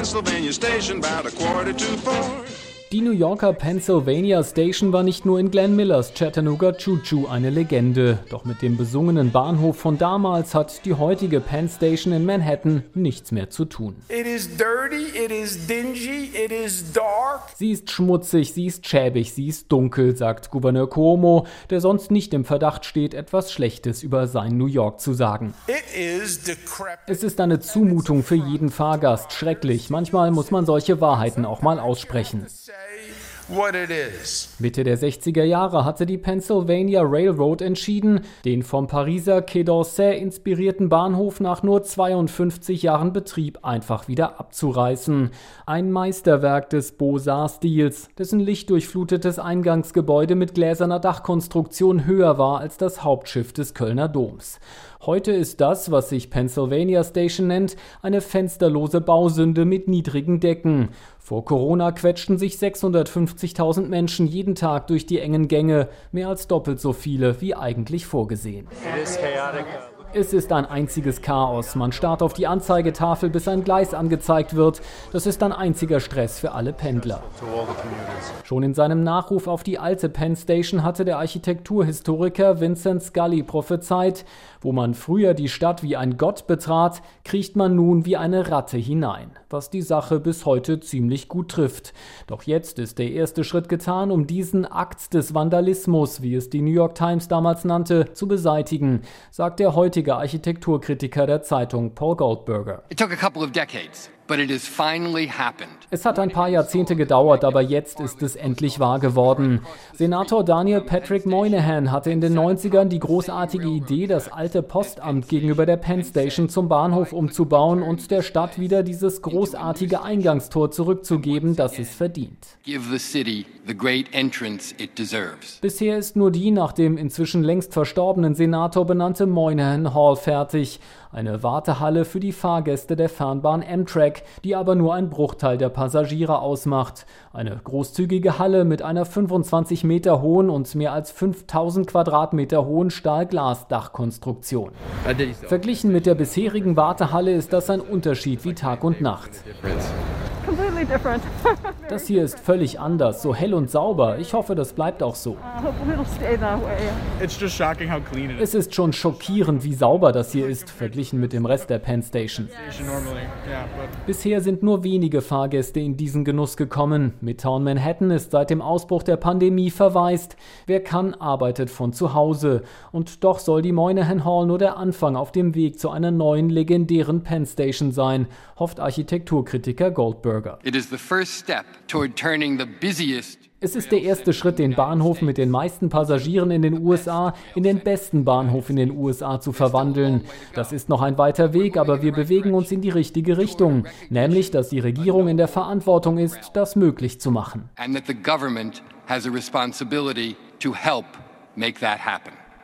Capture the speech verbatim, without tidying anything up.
Pennsylvania Station about a quarter to four. Die New Yorker Pennsylvania Station war nicht nur in Glenn Millers Chattanooga Choo Choo eine Legende. Doch mit dem besungenen Bahnhof von damals hat die heutige Penn Station in Manhattan nichts mehr zu tun. It is dirty, it is dingy, it is dark. Sie ist schmutzig, sie ist schäbig, sie ist dunkel, sagt Gouverneur Cuomo, der sonst nicht im Verdacht steht, etwas Schlechtes über sein New York zu sagen. It is decrepit. Es ist eine Zumutung für jeden Fahrgast, schrecklich. Manchmal muss man solche Wahrheiten auch mal aussprechen. What it is. Mitte der sechziger Jahre hatte die Pennsylvania Railroad entschieden, den vom Pariser Quai d'Orsay inspirierten Bahnhof nach nur zweiundfünfzig Jahren Betrieb einfach wieder abzureißen. Ein Meisterwerk des Beaux-Arts-Stils, dessen lichtdurchflutetes Eingangsgebäude mit gläserner Dachkonstruktion höher war als das Hauptschiff des Kölner Doms. Heute ist das, was sich Pennsylvania Station nennt, eine fensterlose Bausünde mit niedrigen Decken. Vor Corona quetschten sich sechshundertfünfzigtausend Menschen jeden Tag durch die engen Gänge, mehr als doppelt so viele wie eigentlich vorgesehen. Es ist ein einziges Chaos. Man starrt auf die Anzeigetafel, bis ein Gleis angezeigt wird. Das ist ein einziger Stress für alle Pendler. Schon in seinem Nachruf auf die alte Penn Station hatte der Architekturhistoriker Vincent Scully prophezeit: Wo man früher die Stadt wie ein Gott betrat, kriecht man nun wie eine Ratte hinein. Was die Sache bis heute ziemlich gut trifft. Doch jetzt ist der erste Schritt getan, um diesen Akt des Vandalismus, wie es die New York Times damals nannte, zu beseitigen, sagt der heutige Architekturkritiker der Zeitung Paul Goldberger. It took a couple of decades, but it has finally happened. Es hat ein paar Jahrzehnte gedauert, aber jetzt ist es endlich wahr geworden. Senator Daniel Patrick Moynihan hatte in den neunzigern die großartige Idee, das alte Postamt gegenüber der Penn Station zum Bahnhof umzubauen und der Stadt wieder dieses großartige Eingangstor zurückzugeben, das es verdient. Give the city the great entrance it deserves. Bisher ist nur die nach dem inzwischen längst verstorbenen Senator benannte Moynihan Hall fertig. Eine Wartehalle für die Fahrgäste der Fernbahn Amtrak, die aber nur ein Bruchteil der Passagiere ausmacht. Eine großzügige Halle mit einer fünfundzwanzig Meter hohen und mehr als fünftausend Quadratmeter hohen Stahlglasdachkonstruktion. Verglichen mit der bisherigen Wartehalle ist das ein Unterschied wie Tag und Nacht. Das hier ist völlig anders, so hell und sauber. Ich hoffe, das bleibt auch so. Es ist schon schockierend, wie sauber das hier ist, verglichen mit dem Rest der Penn Station. Bisher sind nur wenige Fahrgäste in diesen Genuss gekommen. Midtown Manhattan ist seit dem Ausbruch der Pandemie verwaist. Wer kann, arbeitet von zu Hause. Und doch soll die Moynihan Hall nur der Anfang auf dem Weg zu einer neuen legendären Penn Station sein, hofft Architekturkritiker Goldberger. It is the first step toward turning the busiest. Es ist der erste Schritt, den Bahnhof mit den meisten Passagieren in den U S A in den besten Bahnhof in den U S A zu verwandeln. Das ist noch ein weiter Weg, aber wir bewegen uns in die richtige Richtung, nämlich, dass die Regierung in der Verantwortung ist, das möglich zu machen. And that the government has a responsibility to help make that happen.